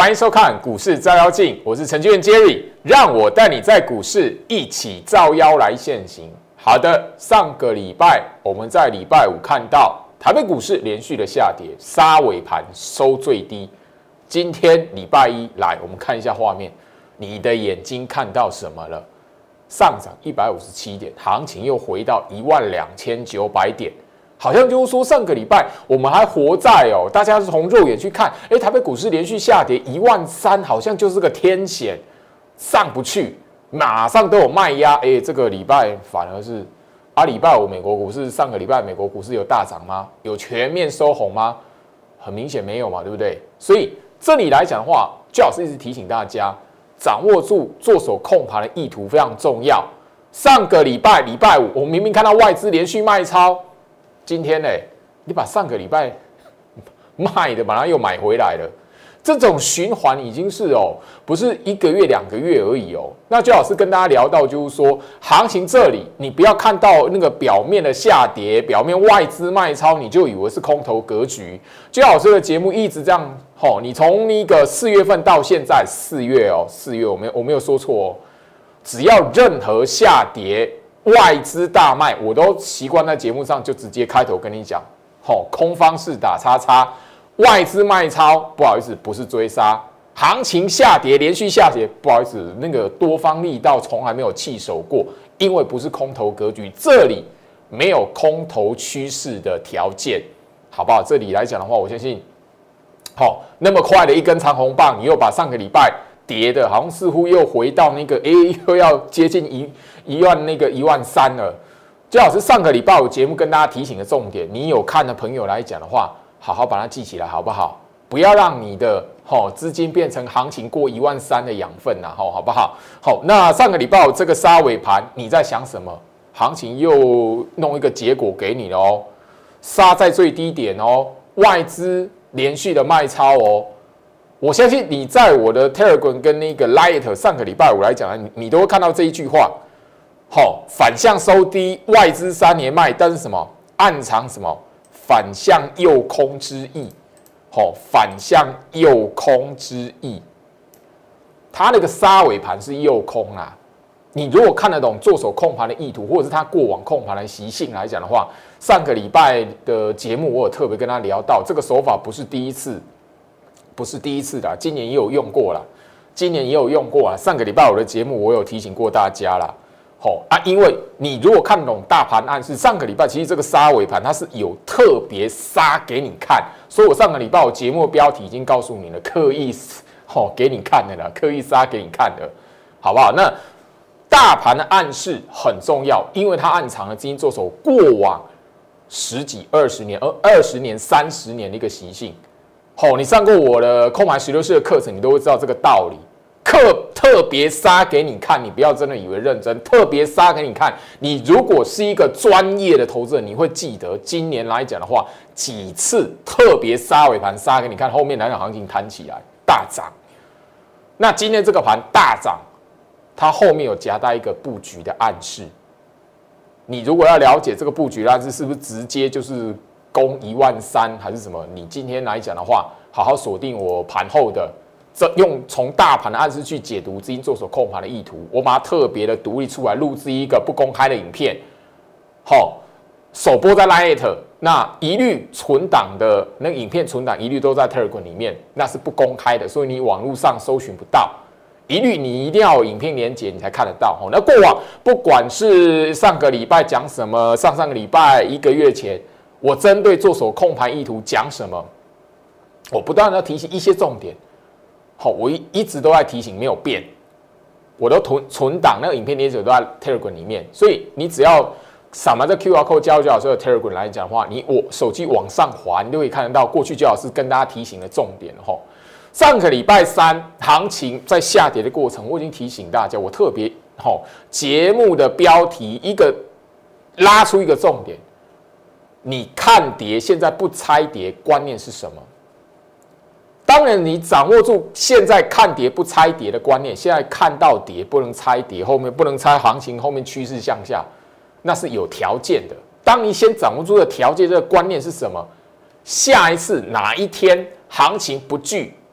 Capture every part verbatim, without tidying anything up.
欢迎收看股市照妖镜，我是程序员 Jerry， 让我带你在股市一起照妖来现行。好的，上个礼拜我们在礼拜五看到台北股市连续的下跌，杀尾盘收最低。今天礼拜一来，我们看一下画面，你的眼睛看到什么了？上涨一百五十七点，行情又回到一万两千九百点。好像就是说，上个礼拜我们还活在哦，大家是从肉眼去看，哎，台北股市连续下跌一万三，好像就是个天险，上不去，马上都有卖压。哎，这个礼拜反而是啊，礼拜五美国股市，上个礼拜美国股市有大涨吗？有全面收红吗？很明显没有嘛，对不对？所以这里来讲的话，最好是一直提醒大家，掌握住做手控盘的意图非常重要。上个礼拜礼拜五，我们明明看到外资连续卖超。今天呢、欸，你把上个礼拜卖的，把它又买回来了，这种循环已经是哦，不是一个月、两个月而已哦。那最好是跟大家聊到，就是说，行情这里你不要看到那个表面的下跌，表面外资卖超，你就以为是空头格局。最好这个节目一直这样，吼、哦，你从那个四月份到现在，四月哦，四月我没有我没有说错哦，只要任何下跌。外资大卖，我都习惯在节目上就直接开头跟你讲，吼，空方式打叉叉，外资卖超，不好意思，不是追杀，行情下跌，连续下跌，不好意思，那个多方力道从来没有弃守过，因为不是空头格局，这里没有空头趋势的条件，好不好？这里来讲的话，我相信，好，那么快的一根长红棒，你又把上个礼拜跌的，好像似乎又回到那个，哎，又要接近一。一万那个一万三了，最好是上个礼拜我节目跟大家提醒的重点，你有看的朋友来讲的话，好好把它记起来，好不好？不要让你的吼资金变成行情过一万三的养分呐，吼，好不好？好，那上个礼拜这个杀尾盘，你在想什么？行情又弄一个结果给你了哦，杀在最低点哦，外资连续的卖超哦。我相信你在我的 Telegram 跟那个 Light 上个礼拜五来讲，你你都会看到这一句话。好，反向收低，外资三年卖，但是什么暗藏什么反向诱空之意？好，反向诱空之意，它那个杀尾盘是诱空啊。你如果看得懂做手控盘的意图，或者是他过往控盘的习性来讲的话，上个礼拜的节目我有特别跟他聊到，这个手法不是第一次，不是第一次的，今年也有用过啦，今年也有用过啊。上个礼拜我的节目我有提醒过大家啦。哦啊，因为你如果看懂大盘暗示，上个礼拜其实这个杀尾盘它是有特别杀给你看，所以我上个礼拜我节目标题已经告诉你了，刻意哦给你看的啦，刻意杀给你看的，好不好？那大盘的暗示很重要，因为它暗藏了资金做手过往十几、二十年、而二十年、三十年的一个习性。哦，你上过我的空盘十六式的课程，你都会知道这个道理。特特别杀给你看，你不要真的以为认真。特别杀给你看，你如果是一个专业的投资人，你会记得今年来讲的话，几次特别杀尾盘杀给你看，后面来讲行情弹起来大涨。那今天这个盘大涨，它后面有夹带一个布局的暗示。你如果要了解这个布局的暗示是不是直接就是攻一万三还是什么，你今天来讲的话，好好锁定我盘后的。这用从大盘的暗示去解读资金做手控盘的意图，我把它特别的独立出来，录制一个不公开的影片，好，首播在 Light， 那一律存档的那个影片存档一律都在 Telegram 里面，那是不公开的，所以你网络上搜寻不到，一律你一定要有影片连结你才看得到。那过往不管是上个礼拜讲什么，上上个礼拜一个月前，我针对做手控盘意图讲什么，我不断的提醒一些重点。好，我一一直都在提醒，没有变，我都存存档那个影片连结都在 Telegram 里面，所以你只要扫描这 Q R code 加入最好是 Telegram 来讲的话，你我手机往上滑，你就可以看得到过去最好是跟大家提醒的重点哈。上个礼拜三行情在下跌的过程，我已经提醒大家，我特别哈节目的标题一个拉出一个重点，你看跌现在不拆跌，观念是什么？当然，你掌握住现在看跌不拆跌的观念，现在看到跌不能拆跌，后面不能拆行情，后面趋势向下，那是有条件的。当你先掌握住的条件，这个观念是什么？下一次哪一天行情不聚，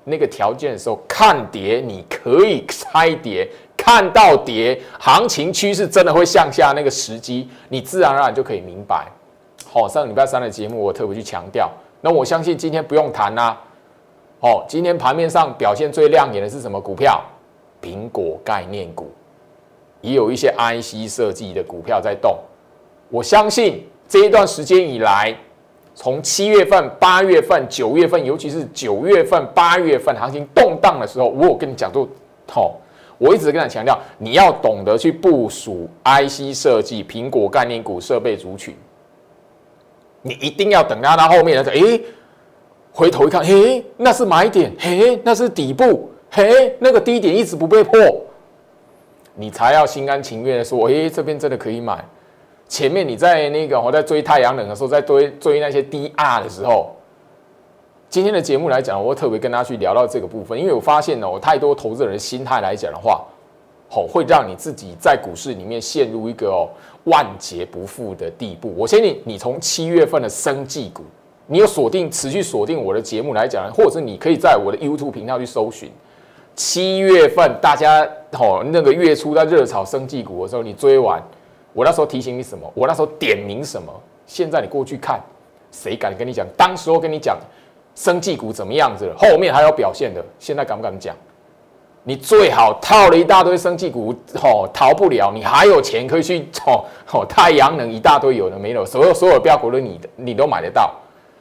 那个条件的时候，看跌你可以猜跌，看到跌，行情趋势真的会向下那个时机，你自然而然就可以明白。好、哦，上个礼拜三的节目我特别去强调，那我相信今天不用谈啦、啊。哦，今天盘面上表现最亮眼的是什么股票？苹果概念股，也有一些 I C 设计的股票在动。我相信这一段时间以来，从七月份、八月份、九月份，尤其是九月份、八月份行情动荡的时候，我有跟你讲过，哦，我一直跟你强调，你要懂得去部署 I C 设计、苹果概念股、设备族群，你一定要等到它后面的时候，哎，回头一看，嘿，那是买点，嘿，那是底部，嘿，那个低点一直不被破，你才要心甘情愿的说，哎，这边真的可以买。前面你在那个我在追太阳能的时候，在追追那些低 R 的时候，今天的节目来讲，我会特别跟大家去聊到这个部分，因为我发现哦，太多投资人的心态来讲的话，哦，会让你自己在股市里面陷入一个哦万劫不复的地步。我相信你从七月份的生技股，你有锁定持续锁定我的节目来讲，或者是你可以在我的 YouTube 频道去搜寻。七月份大家哦那个月初在热炒生技股的时候，你追完。我那时候提醒你什么？我那时候点名什么？现在你过去看，谁敢跟你讲？当时候跟你讲生技股怎么样子了，后面还有表现的，现在敢不敢讲？你最好套了一大堆生技股，哦，逃不了，你还有钱可以去哦哦太阳能一大堆有的没的，所有所有的标股都你的，你都买得到。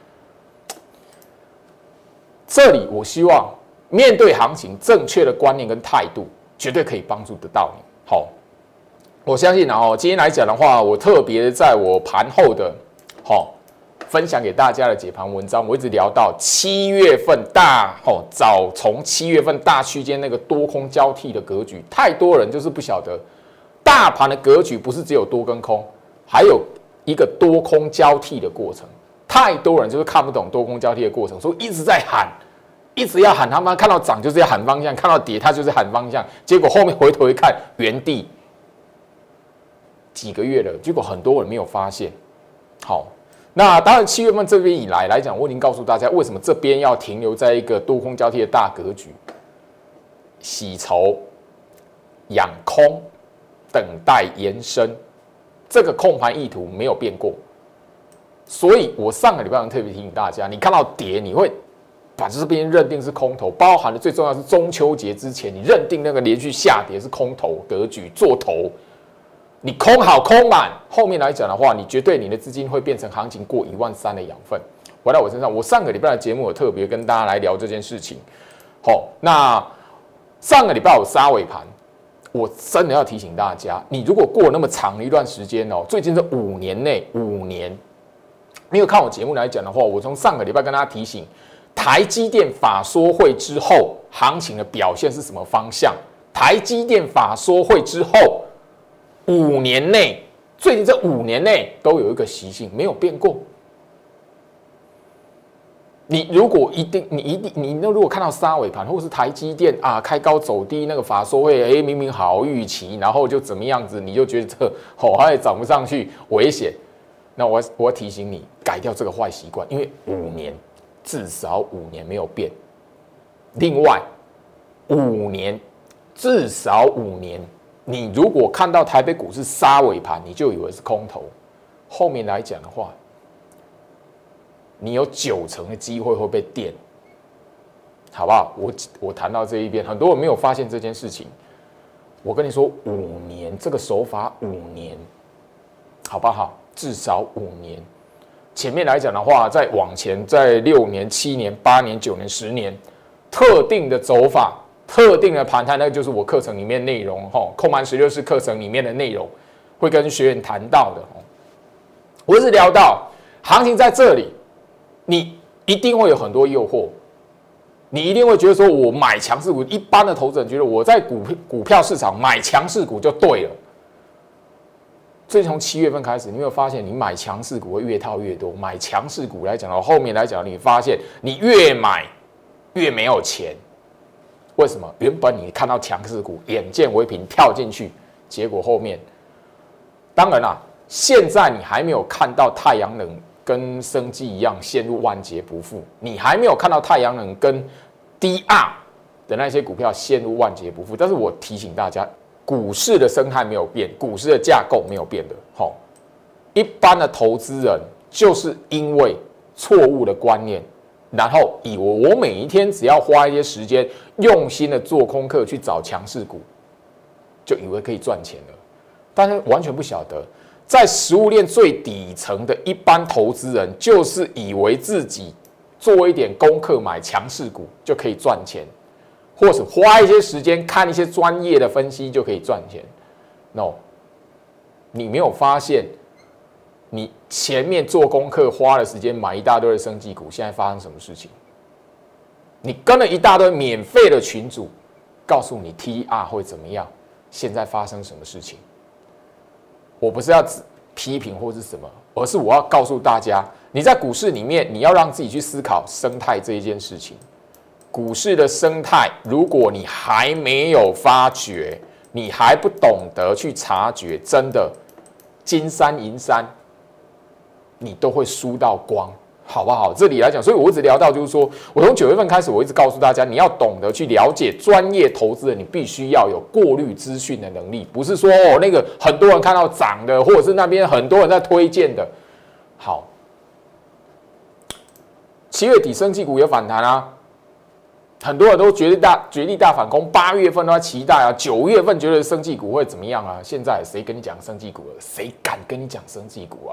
这里我希望面对行情正确的观念跟态度，绝对可以帮助得到你。好、哦。我相信啊，今天来讲的话，我特别在我盘后的，好分享给大家的解盘文章，我一直聊到七月份大，哦，早从七月份大区间那个多空交替的格局，太多人就是不晓得，大盘的格局不是只有多跟空，还有一个多空交替的过程，太多人就是看不懂多空交替的过程，所以一直在喊。一直要喊他妈看到涨就是要喊方向，看到跌他就是喊方向，结果后面回头一看，原地。几个月了，结果很多人没有发现。好，那当然七月份这边以来来讲，我已经告诉大家为什么这边要停留在一个多空交替的大格局，洗筹、养空、等待延伸，这个控盘意图没有变过。所以我上个礼拜特别提醒大家，你看到跌，你会把这边认定是空头，包含了最重要是中秋节之前，你认定那个连续下跌是空头格局，做头。你空好空满，后面来讲的话，你绝对你的资金会变成行情过一万三的养分。回到我身上，我上个礼拜的节目，我特别跟大家来聊这件事情。好，那上个礼拜我杀尾盘，我真的要提醒大家，你如果过了那么长的一段时间哦，最近这五年内五年，你有看我节目来讲的话，我从上个礼拜跟大家提醒，台积电法说会之后，行情的表现是什么方向？台积电法说会之后。五年内，最近这五年内都有一个习性没有变过。你如果一定，你一定，你那如果看到杀尾盘，或是台积电啊开高走低，那个法说会，哎，明明好预期，然后就怎么样子，你就觉得这哦，它也涨不上去，危险。那我我提醒你，改掉这个坏习惯，因为五年至少五年没有变。另外，五年至少五年。你如果看到台北股市杀尾盘，你就以为是空头，后面来讲的话，你有九成的机会会被电，好不好？我我谈到这一边，很多人没有发现这件事情。我跟你说，五年这个手法，五年，好不好？至少五年。前面来讲的话，再往前，在六年、七年、八年、九年、十年，特定的走法。特定的盘态，那就是我课程里面内容哈，控盘十六式课程里面的内容，会跟学员谈到的。我一直聊到行情在这里，你一定会有很多诱惑，你一定会觉得说，我买强势股，一般的投资人觉得我在股股票市场买强势股就对了。所以从七月份开始，你有没有发现，你买强势股会越套越多？买强势股来讲，后面来讲，你发现你越买越没有钱。为什么？原本你看到强势股，眼见为凭跳进去，结果后面，当然啦、啊，现在你还没有看到太阳能跟生技一样陷入万劫不复，你还没有看到太阳能跟 D R 的那些股票陷入万劫不复。但是我提醒大家，股市的生态没有变，股市的架构没有变的。吼，一般的投资人就是因为错误的观念，然后以为我每一天只要花一些时间，用心的做功课去找强势股，就以为可以赚钱了。但是完全不晓得，在食物链最底层的一般投资人，就是以为自己做一点功课买强势股就可以赚钱，或是花一些时间看一些专业的分析就可以赚钱。No， 你没有发现，你前面做功课花了时间买一大堆的生技股，现在发生什么事情？你跟了一大堆免费的群组，告诉你 T R 会怎么样，现在发生什么事情？我不是要批评或是什么，而是我要告诉大家，你在股市里面，你要让自己去思考生态这一件事情。股市的生态，如果你还没有发觉，你还不懂得去察觉，真的金山银山，你都会输到光，好不好？这里来讲，所以我一直聊到，就是说我从九月份开始，我一直告诉大家，你要懂得去了解专业投资人，你必须要有过滤资讯的能力，不是说哦那个很多人看到涨的，或者是那边很多人在推荐的。好，七月底生技股也反弹啊，很多人都绝地大绝地大反攻，八月份都在期待啊，九月份觉得生技股会怎么样啊？现在谁跟你讲生技股了？谁敢跟你讲生技股啊？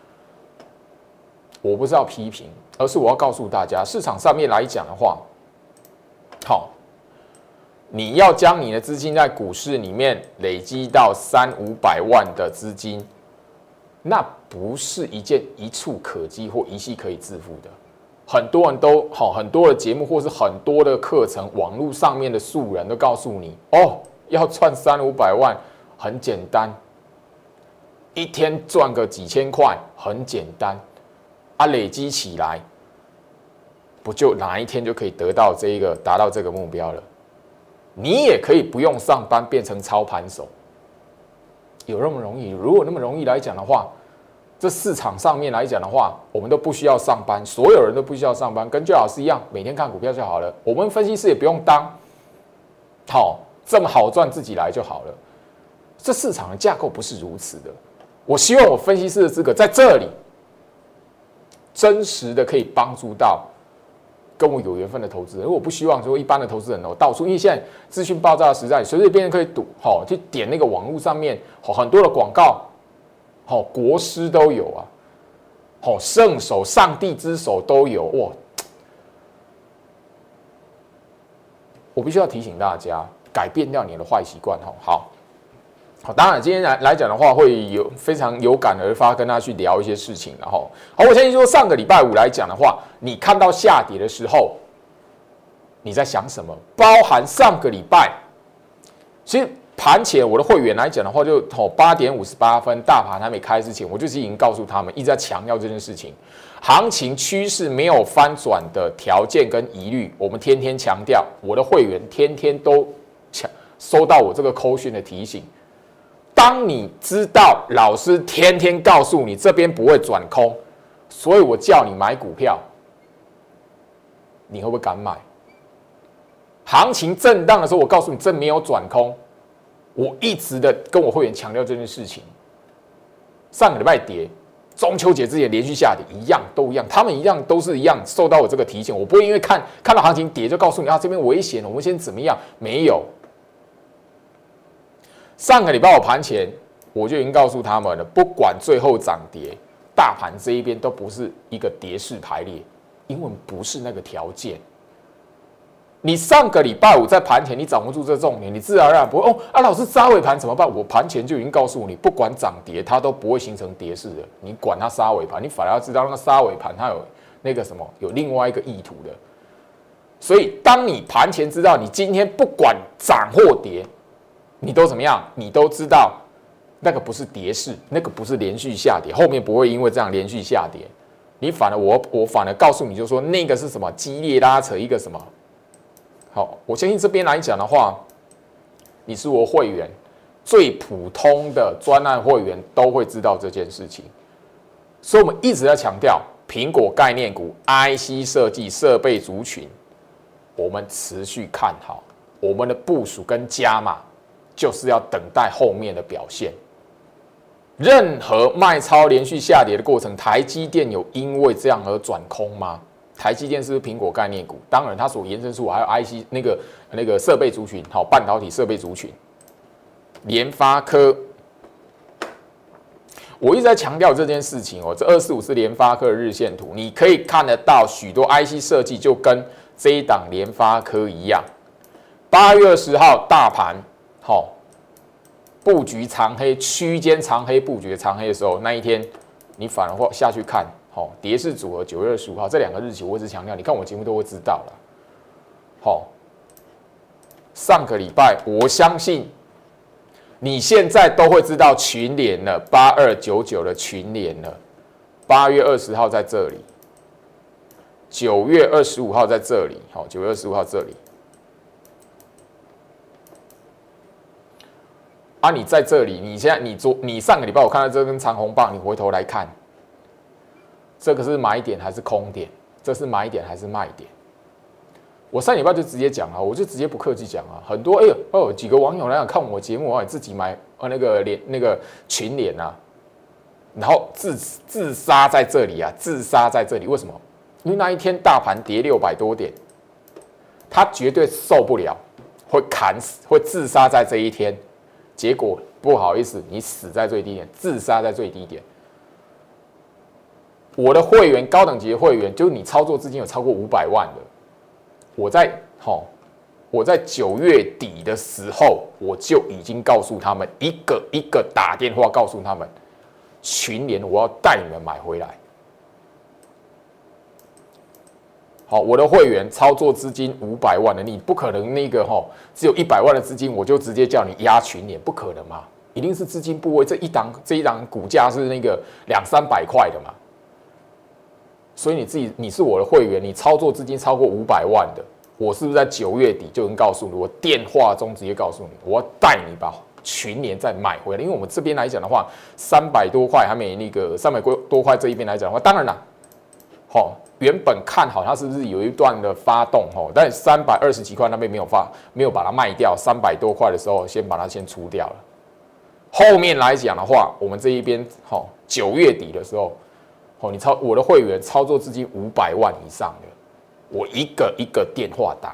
我不是要批评，而是我要告诉大家，市场上面来讲的话，好，你要将你的资金在股市里面累积到三五百万的资金，那不是一件一触可及或一夕可以致富的。很多人都好，很多的节目或是很多的课程，网络上面的素人都告诉你，哦，要赚三五百万很简单，一天赚个几千块很简单。啊，累积起来，不就哪一天就可以得到这一个达到这个目标了？你也可以不用上班变成操盘手，有那么容易？如果那么容易来讲的话，这市场上面来讲的话，我们都不需要上班，所有人都不需要上班，跟最老师一样，每天看股票就好了。我们分析师也不用当，好，这么好赚，自己来就好了。这市场的架构不是如此的。我希望我分析师的资格在这里。真实的可以帮助到跟我有缘分的投资人，因为我不希望说一般的投资人哦到处，因为现在资讯爆炸的时代，随随便便可以赌，好去点那个网络上面好很多的广告，好国师都有啊，好圣手、上帝之手都有哇！我必须要提醒大家，改变掉你的坏习惯哈。好。好，当然今天来来讲的话，会有非常有感而发，跟大家去聊一些事情，然后，好，我相信说上个礼拜五来讲的话，你看到下跌的时候，你在想什么？包含上个礼拜，其实盘前我的会员来讲的话，就哦八点五十八分，大盘还没开之前，我就是已经告诉他们，一直在强调这件事情，行情趋势没有翻转的条件跟疑虑，我们天天强调，我的会员天天都强收到我这个扣讯的提醒。当你知道老师天天告诉你这边不会转空，所以我叫你买股票，你会不会敢买？行情震荡的时候，我告诉你这没有转空，我一直的跟我会员强调这件事情。上个礼拜跌，中秋节之前连续下跌，一样都一样，他们一样都是一样受到我这个提醒。我不会因为看看到行情跌就告诉你啊这边危险，我们先怎么样？没有。上个礼拜我盘前我就已经告诉他们了，不管最后涨跌，大盘这一边都不是一个跌势排列，因为不是那个条件。你上个礼拜五在盘前你掌握住这重点，你自然而然不会哦啊，老师杀尾盘怎么办？我盘前就已经告诉你，不管涨跌，它都不会形成跌势的。你管它杀尾盘，你反而要知道那个杀尾盘它有那个什么，有另外一个意图的。所以当你盘前知道你今天不管涨或跌，你都怎么样？你都知道，那个不是跌势，那个不是连续下跌，后面不会因为这样连续下跌。你反而我我反而告诉你，就说那个是什么激烈拉扯一个什么。好，我相信这边来讲的话，你是我会员，最普通的专案会员都会知道这件事情。所以我们一直在强调苹果概念股、I C 设计、设备族群。 我们持续看好，我们的部署跟加码就是要等待后面的表现。任何卖超连续下跌的过程，台积电有因为这样而转空吗？台积电是不是苹果概念股？当然，它所延伸出还有 I C 那个那个设备族群，好，半导体设备族群，联发科。我一直在强调这件事情哦，这二四五是联发科的日线图，你可以看得到许多 I C 设计就跟这一档联发科一样。八月二十号大盘好布局长黑区间长黑布局长黑的时候，那一天你反而会下去看好跌势组合。九月二十五号这两个日期，我一直强调，你看我节目都会知道了。好，上个礼拜我相信。你现在都会知道群联了，八二九九的群联了，八月二十号在这里，九月二十五号在这里，好，九月二十五号这里。啊，你在这里，你现在你昨你上个礼拜我看到这根长红棒，你回头来看，这个是买点还是空点？这是买点还是卖点？我上礼拜就直接讲了，我就直接不客气讲啊，很多哎呦哦，几个网友来讲看我节目啊，自己买呃那个联那个群联啊，然后自自杀在这里啊，自杀在这里，为什么？因为那一天大盘跌六百多点，他绝对受不了，会砍死，会自杀在这一天。结果不好意思，你死在最低点，自杀在最低点。我的会员高等级的会员，就是你操作资金有超过五百万的。我在好，我在九月底的时候，我就已经告诉他们，一个一个打电话告诉他们，群联我要带你们买回来。好，我的会员操作资金五百万的，你不可能那个哈只有一百万的资金，我就直接叫你压群联，不可能嘛？一定是资金部位这一档这一档股价是那个两三百块的嘛。所以你自己，你是我的会员，你操作资金超过五百万的，我是不是在九月底就能告诉你？我电话中直接告诉你，我要带你把群联再买回来。因为我们这边来讲的话，三百多块还没那个三百多块这一边来讲的话，当然啦，好，原本看好它是不是有一段的发动哦，但三百二十几块那边没有发，没有把它卖掉，三百多块的时候先把它先出掉了。后面来讲的话，我们这一边好，九月底的时候。哦，你操我的会员操作资金五百万以上的，我一个一个电话打。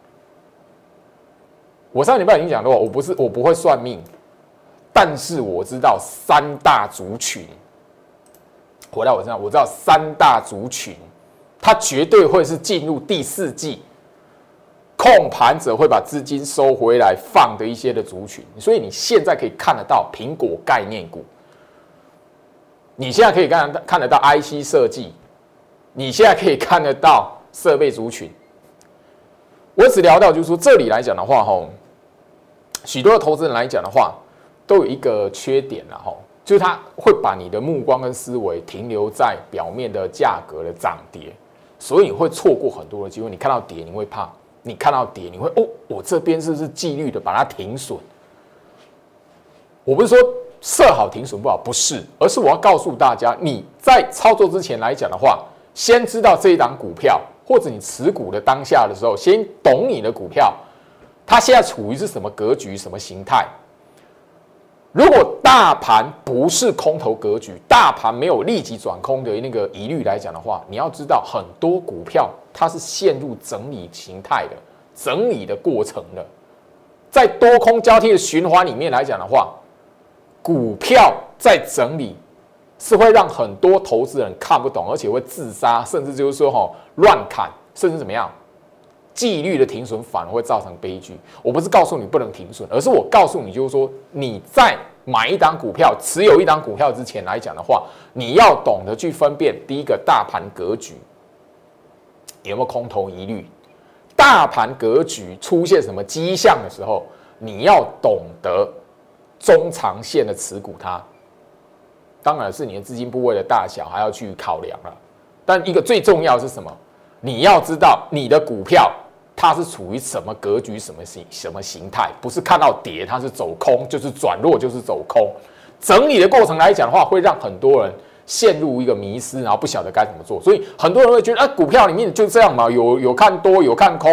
我上礼拜已经讲过，我不是我不会算命，但是我知道三大族群。回到我身上，我知道三大族群，它绝对会是进入第四季，控盘者会把资金收回来放的一些的族群。所以你现在可以看得到苹果概念股。你现在可以看看得到 I C 设计，你现在可以看得到设备族群。我只聊到就是说，这里来讲的话，吼，许多的投资人来讲的话，都有一个缺点啦，吼，就是他会把你的目光跟思维停留在表面的价格的涨跌，所以你会错过很多的机会。你看到跌，你会怕；你看到跌，你会哦，我这边是不是纪律的把它停损？我不是说。设好停损不好，不是，而是我要告诉大家，你在操作之前来讲的话，先知道这一档股票，或者你持股的当下的时候，先懂你的股票，它现在处于是什么格局、什么形态。如果大盘不是空头格局，大盘没有立即转空的那个疑虑来讲的话，你要知道很多股票它是陷入整理形态的、整理的过程的，在多空交替的循环里面来讲的话。股票在整理是会让很多投资人看不懂，而且会自杀，甚至就是说哈乱砍，甚至怎么样，纪律的停损反而会造成悲剧。我不是告诉你不能停损，而是我告诉你就是说你在买一档股票、持有一档股票之前来讲的话，你要懂得去分辨第一个大盘格局有没有空头疑虑，大盘格局出现什么迹象的时候，你要懂得。中长线的持股它，当然是你的资金部位的大小还要去考量了。但一个最重要的是什么？你要知道你的股票它是处于什么格局、什么形、什么形态，不是看到跌它是走空，就是转弱，就是走空。整理的过程来讲的话，会让很多人陷入一个迷失，然后不晓得该怎么做。所以很多人会觉得，啊，股票里面就这样嘛，有有看多，有看空。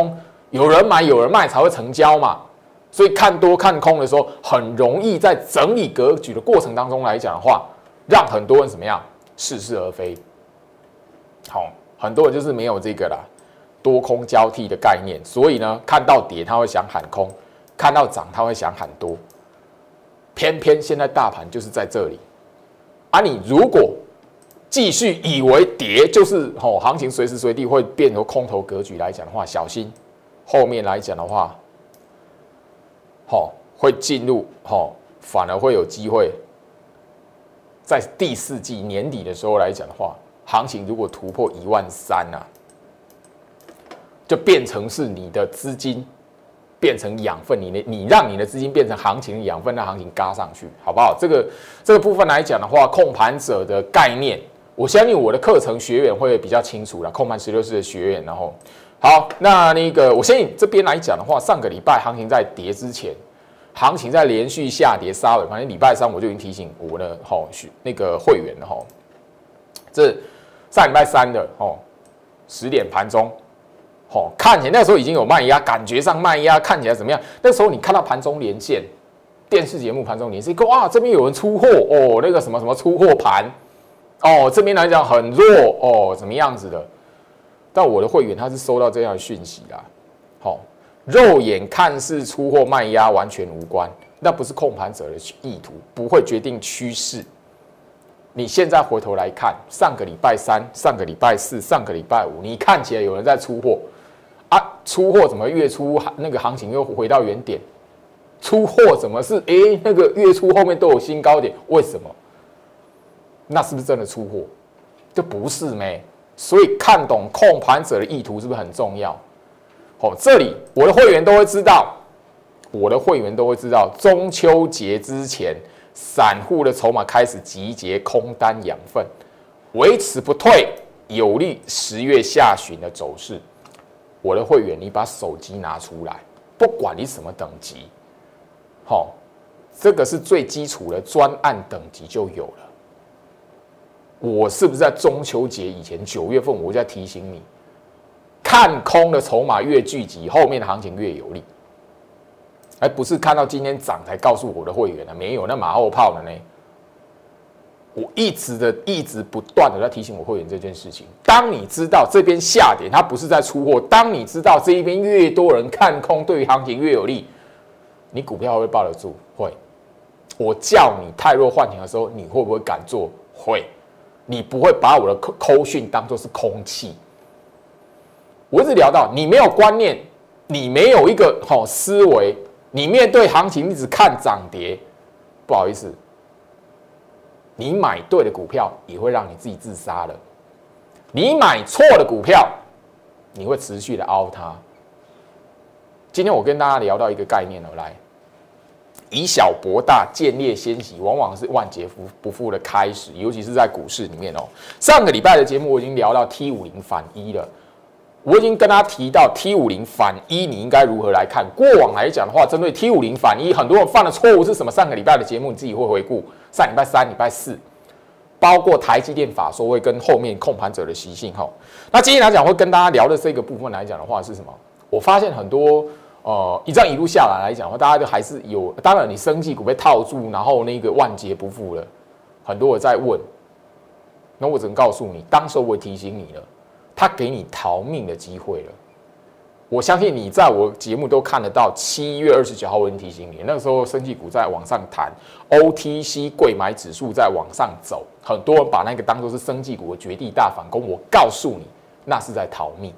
有人买有人卖才会成交嘛。所以看多看空的时候，很容易在整理格局的过程当中来讲的话，让很多人怎么样似是而非。好，很多人就是没有这个啦，多空交替的概念，所以呢，看到跌他会想喊空，看到涨他会想喊多。偏偏现在大盘就是在这里，啊，你如果继续以为跌就是哦，行情随时随地会变成空头格局来讲的话，小心后面来讲的话。哦，会进入哦，反而会有机会，在第四季年底的时候来讲的话，行情如果突破一万三啊，就变成是你的资金变成养分，你你让你的资金变成行情的养分，让行情嘎上去，好不好？这个这个部分来讲的话，控盘者的概念，我相信我的课程学员会比较清楚了。控盘十六式的学员，然后。好，那那个我相信这边来讲的话，上个礼拜行情在跌之前，行情在连续下跌杀尾，反正礼拜三我就已经提醒我的吼那个会员了吼，这上礼拜三的吼十点盘中，吼看起来那时候已经有卖压，感觉上卖压看起来怎么样？那时候你看到盘中连线，电视节目盘中连线，哇这边有人出货哦，那个什么什么出货盘，哦这边来讲很弱哦，怎么样子的？但我的会员他是收到这样的讯息啦，好，肉眼看似出货卖压完全无关，那不是控盘者的意图，不会决定趋势。你现在回头来看，上个礼拜三、上个礼拜四、上个礼拜五，你看起来有人在出货啊，出货怎么月初那个行情又回到原点？出货怎么是哎、欸、那个月初后面都有新高点？为什么？那是不是真的出货？就不是咩？所以看懂控盘者的意图是不是很重要？好，这里我的会员都会知道，我的会员都会知道，中秋节之前，散户的筹码开始集结空单养分，维持不退，有利十月下旬的走势。我的会员，你把手机拿出来，不管你什么等级，好，这个是最基础的专案等级就有了。我是不是在中秋节以前九月份我就在提醒你，看空的筹码越聚集，后面的行情越有利，而不是看到今天涨才告诉我的会员呢？没有那马后炮的呢。我一直的一直不断的在提醒我会员这件事情。当你知道这边下跌，它不是在出货；当你知道这一边越多人看空，对于行情越有利，你股票会不会抱得住？会。我叫你太弱换强的时候，你会不会敢做？会。你不会把我的扣讯当作是空气。我一直聊到，你没有观念，你没有一个好思维，你面对行情，你只看涨跌，不好意思，你买对的股票也会让你自己自杀了。你买错的股票，你会持续的凹它。今天我跟大家聊到一个概念了，来。以小博大，见猎先行，往往是万劫不复的开始，尤其是在股市里面哦。上个礼拜的节目我已经聊到 T 五十 反一了，我已经跟他提到 T 五十 反一，你应该如何来看？过往来讲的话，针对 T 五十 反一，很多人犯的错误是什么？上个礼拜的节目你自己会回顾，上礼拜三、礼拜四，包括台积电法说会跟后面控盘者的习性哈。那今天来讲会跟大家聊的这个部分来讲的话是什么？我发现很多。呃，一这样一路下来来讲的话，大家就还是有，当然你生技股被套住，然后那个万劫不复了，很多人在问，那我只能告诉你，当时我也提醒你了，他给你逃命的机会了。我相信你在我节目都看得到，七月二十九号我已经提醒你，那个时候生技股在往上弹 ，O T C 柜买指数在往上走，很多人把那个当作是生技股的绝地大反攻，我告诉你，那是在逃命。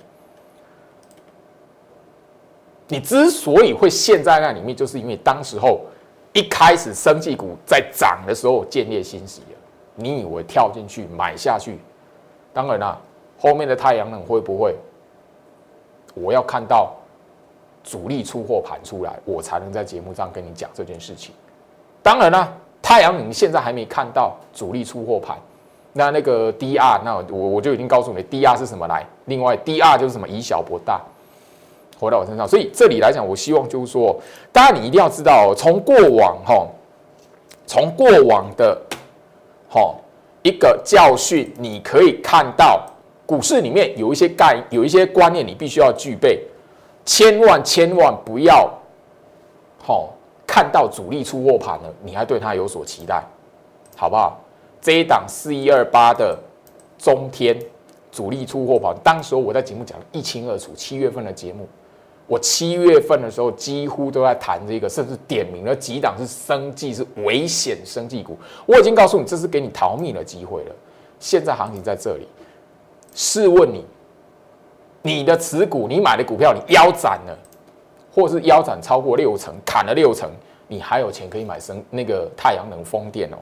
你之所以会陷在那里面，就是因为当时候一开始生技股在涨的时候见猎心喜了，你以为跳进去买下去，当然啦、啊，后面的太阳能会不会？我要看到主力出货盘出来，我才能在节目上跟你讲这件事情。当然啦、啊，太阳能现在还没看到主力出货盘，那那个 D R， 那我我就已经告诉你 ，D R 是什么来？另外 D R 就是什么以小博大。回到我身上，所以这里来讲，我希望就是说，当然你一定要知道，从过往哈，从过往的哈一个教训，你可以看到股市里面有一些概有一些观念，你必须要具备。 千万千万不要，吼、哦，看到主力出货盘了，你还对它有所期待，好不好？这一档四一二八的中天主力出货盘，当时我在节目讲得一清二楚。七月份的节目，我七月份的时候几乎都在谈这个，甚至点名了几档是生技，是危险生技股。我已经告诉你，这是给你逃命的机会了。现在行情在这里，试问你，你的持股，你买的股票，你腰斩了，或是腰斩超过六成，砍了六成，你还有钱可以买生那个太阳能风电哦。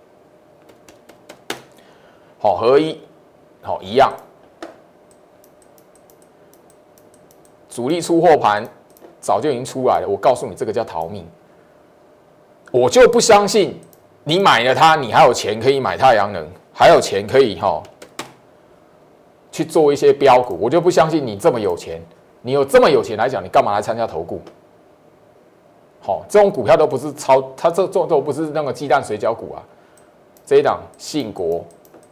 好，合一，好一样。主力出货盘早就已经出来了，我告诉你，这个叫逃命。我就不相信你买了它，你还有钱可以买太阳能，还有钱可以哈去做一些标股。我就不相信你这么有钱，你有这么有钱来讲，你干嘛来参加投顾？好，这种股票都不是超，它这这都不是那个鸡蛋水饺股啊。这一档信国，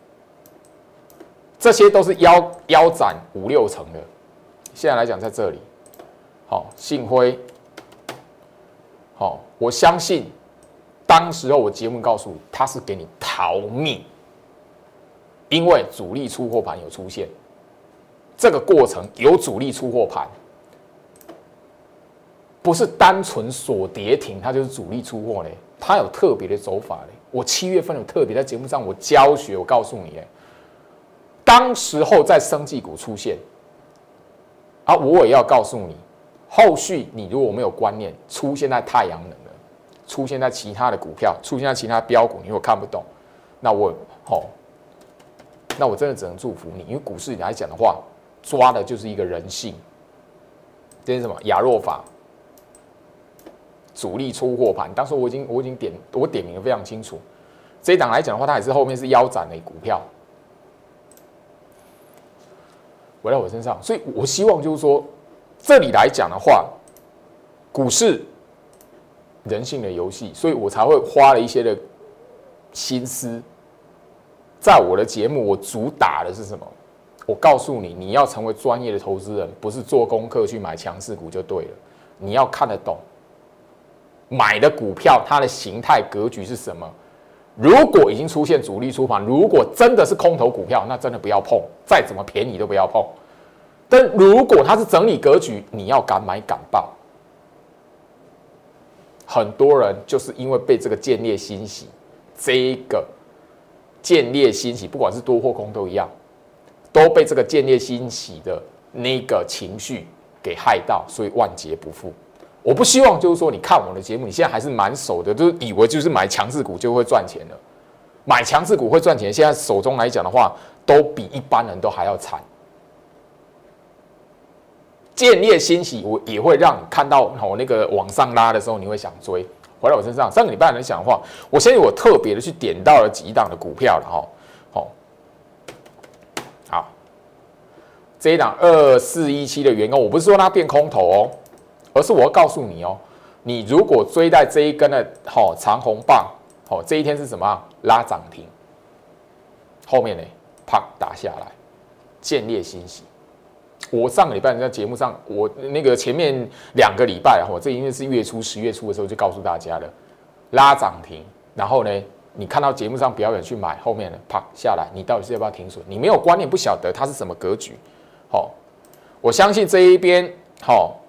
这些都是腰腰斩五六成的。现在来讲，在这里，好，信辉，好，我相信，当时候我节目告诉你，它是给你逃命，因为主力出货盘有出现，这个过程有主力出货盘，不是单纯锁跌停，它就是主力出货嘞，它有特别的走法嘞。我七月份有特别在节目上我教学，我告诉你嘞，当时候在生技股出现。啊，我也要告诉你，后续你如果没有观念，出现在太阳能了，出现在其他的股票，出现在其他标股，你如果看不懂，那我吼、哦，那我真的只能祝福你，因为股市来讲的话，抓的就是一个人性。这是什么？亚若法主力出货盘，当时我已经我已经点我点名的非常清楚，这一档来讲的话，它也是后面是腰斩的股票。回到我身上，所以我希望就是说，这里来讲的话，股市人性的游戏，所以我才会花了一些的心思，在我的节目，我主打的是什么？我告诉你，你要成为专业的投资人，不是做功课去买强势股就对了，你要看得懂买的股票它的形态格局是什么。如果已经出现主力出盘，如果真的是空头股票，那真的不要碰，再怎么便宜都不要碰。但如果它是整理格局，你要敢买敢报。很多人就是因为被这个见猎欣喜，这一个见猎欣喜，不管是多或空都一样，都被这个见猎欣喜的那个情绪给害到，所以万劫不复。我不希望就是说，你看我的节目，你现在还是满手的，就是以为就是买强势股就会赚钱了，买强势股会赚钱，现在手中来讲的话，都比一般人都还要惨。见猎欣喜，我也会让你看到我那个往上拉的时候，你会想追。回到我身上，上个礼拜来讲的话，我现在我特别的去点到了几档的股票了哈，好，好，这一档二四一七的员工，我不是说它变空头哦。而是我要告诉你哦，你如果追在这一根的好、哦、长红棒，好、哦、这一天是什么、啊？拉涨停，后面呢，啪打下来，见猎欣喜。我上个礼拜在节目上，我那个前面两个礼拜，我、哦、这已经是月初十月初的时候就告诉大家了，拉涨停，然后呢，你看到节目上表演去买，后面呢，啪下来，你到底是要不要停损？你没有观念，不晓得它是什么格局。好、哦，我相信这一边，好、哦。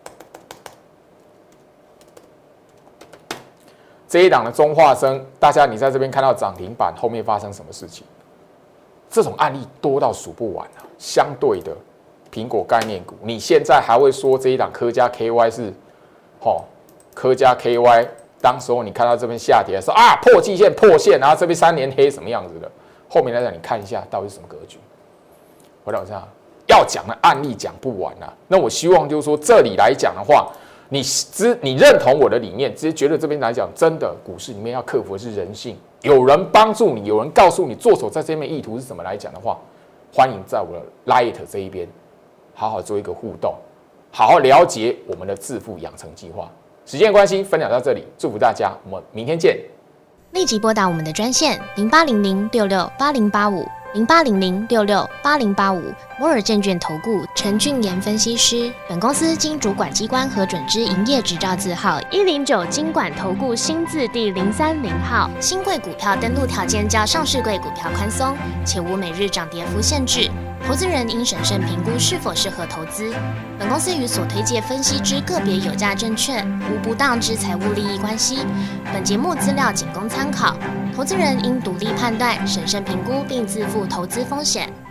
这一档的中化生，大家你在这边看到涨停板，后面发生什么事情？这种案例多到数不完啊！相对的，苹果概念股，你现在还会说这一档科嘉 K Y 是，哦，科嘉 K Y， 当时候你看到这边下跌的时候啊，破季线破线，然后这边三连黑什么样子的？后面来讲，你看一下到底是什么格局？回到这样，要讲的案例讲不完啊。那我希望就是说，这里来讲的话。你知你认同我的理念，直接觉得这边来讲，真的股市里面要克服的是人性。有人帮助你，有人告诉你做手在这边意图是什么来讲的话，欢迎在我的 Light 这一边好好做一个互动，好好了解我们的致富养成计划。时间关系，分享到这里，祝福大家，我们明天见。 立即拨打我们的专线零八零零六六八零八五零八零零六六八零八五。摩尔证券投顾陈俊言分析师。本公司经主管机关核准之营业执照字号一零九金管投顾新字第零三零号。新贵股票登录条件较上市柜股票宽松，且无每日涨跌幅限制。投资人应审慎评估是否适合投资。本公司与所推介分析之个别有价证券无不当之财务利益关系。本节目资料仅供参考，投资人应独立判断、审慎评估并自负投资风险。